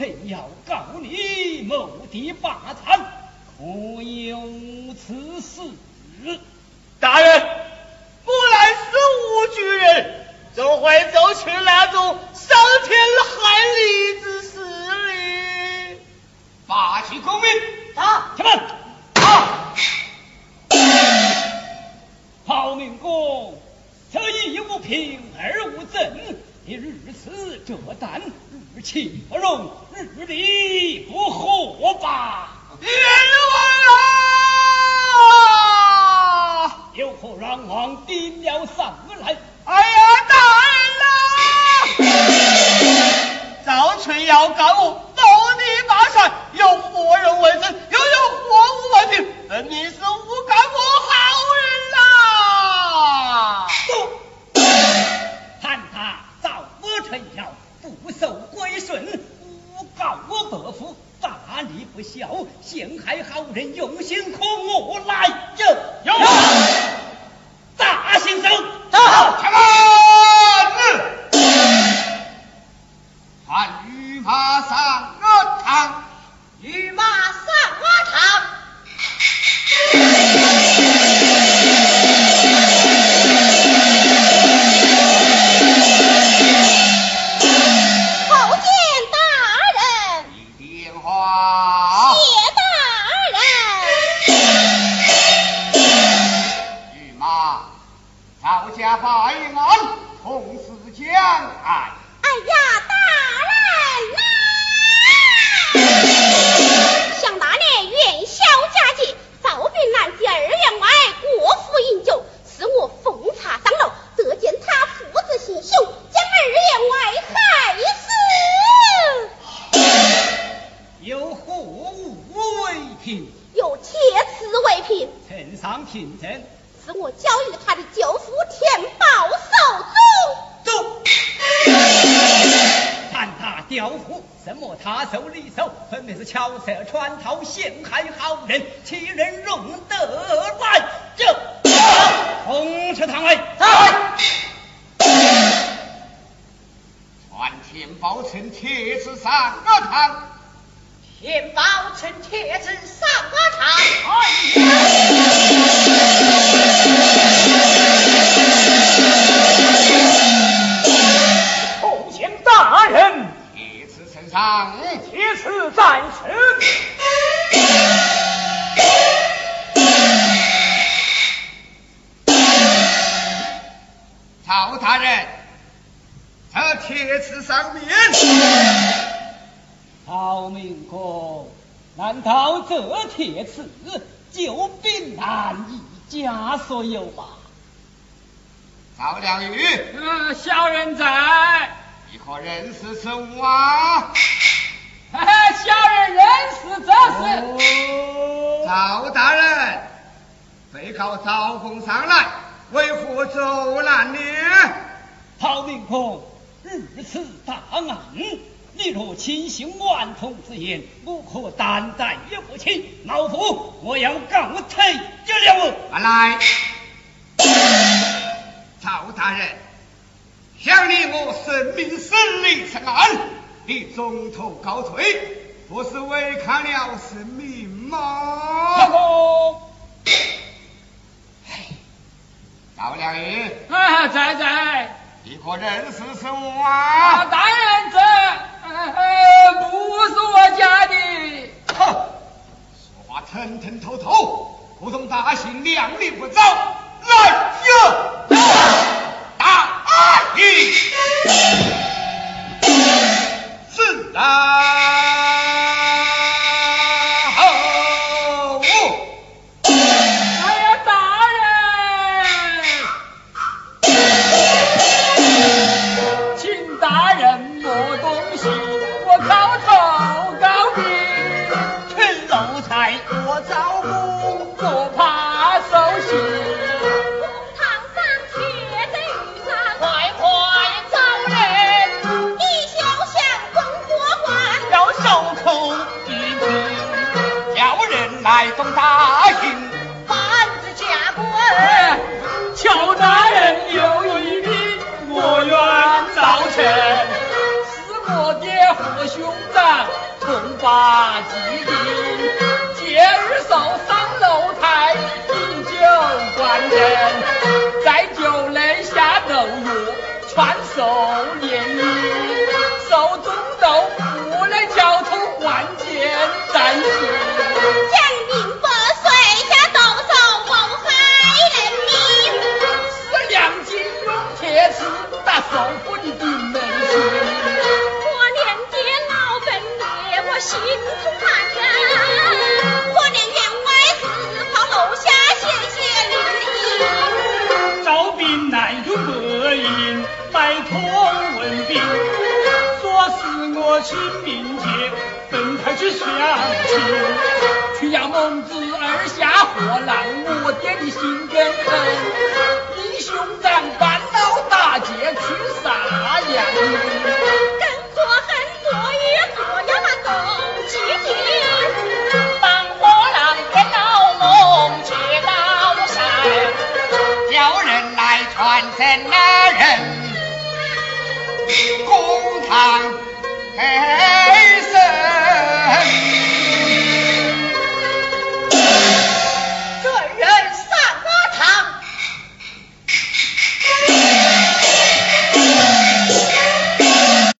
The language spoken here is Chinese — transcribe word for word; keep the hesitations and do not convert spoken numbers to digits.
臣要告你谋敌霸产，可有此事？ 大人，不然是无举人，怎会走去那种伤天害理之事哩？ 发起公民， 打且慢！ 打！ 曹明公，这一无凭，二无证，你日死这旦，日气不容，日理不合吧？ 冤枉啊！ 有何让王定了上来？ 哎呀，大人呐！赵春要告我斗敌霸产，有何人为证，又有何物为凭，分明是诬告我好人呐！ 看他造我陈谣，不受归顺，诬告我伯父大逆不孝，陷害好人，用心可我来者有大先生， 大开门，传御马上我堂， 御马上我堂。叩见大人。 一电话。 谢大人。 御马，赵家败案，同时将案。 哎呀，大人呐！想当年元宵佳节，赵炳南在二员外过府饮酒，是我奉茶上楼，得见他父子行凶，将二员外害死。 有何物为凭？ 有铁刺为凭， 呈上凭证。 是我教育他的舅父田宝手中。 走。看他刁妇，什么他手李手，分明是巧设穿套，陷害好人，其人容得来？这红池堂外， 传天宝称铁子上我堂。 天宝称铁子上我堂。 叩见大人。 铁子身上， 铁刺在此。 曹大人，这铁刺上面。 曹明公，难道这铁刺就并南一家所有吧？ 赵良玉， 嗯，小人在。 你可认识此物啊？ 小人认识这事。 赵大人，被告赵公上来，为何走难呢？ 曹明公，日此大案，你若轻信顽童之言，我可担待也不起。老夫我要告退这了我。 来，赵大人，想你我生命胜利成案，你中途告退，不是违抗了生命吗？ 老公， 赵良玉， 啊，在在。 你可认识此物啊？ 大人这呃不是我家的。 哼，说话吞吞透透，不懂大刑，量力不早。来呀！打一是啊。 我招呼，不怕受刑。堂上却在遇上，快快招人！一休想滚过关， 要受苦一听，叫人来动大刑， 班子下滚。 乔大人有一笔，我愿造成，是我爹父我兄长同把祭定，节日寿上楼台，饮酒观人，在酒内下斗药，传授年龄，手中斗不能交通换剑担心。 将兵不遂下斗手，谋害人民， 是两金用铁刺打受苦的顶门心。 可怜爹老分裂，我心痛难忍，可怜员外四方楼下鲜血淋漓。 招兵难用恶因，拜通文兵，说是我亲民节，本派去相亲， 去让蒙子儿下火浪，我爹的心更狠。英雄长半老大劫去杀杨林，